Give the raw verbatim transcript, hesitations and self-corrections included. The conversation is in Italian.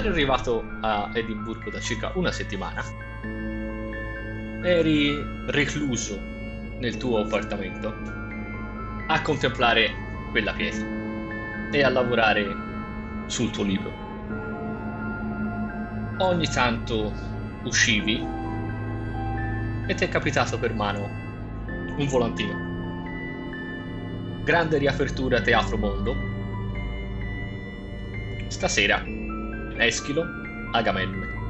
eri arrivato a Edimburgo da circa una settimana, eri recluso nel tuo appartamento a contemplare quella pietra e a lavorare sul tuo libro. Ogni tanto uscivi e ti è capitato per mano un volantino. Grande riapertura Teatro Mondo. Stasera Eschilo, Agamennone.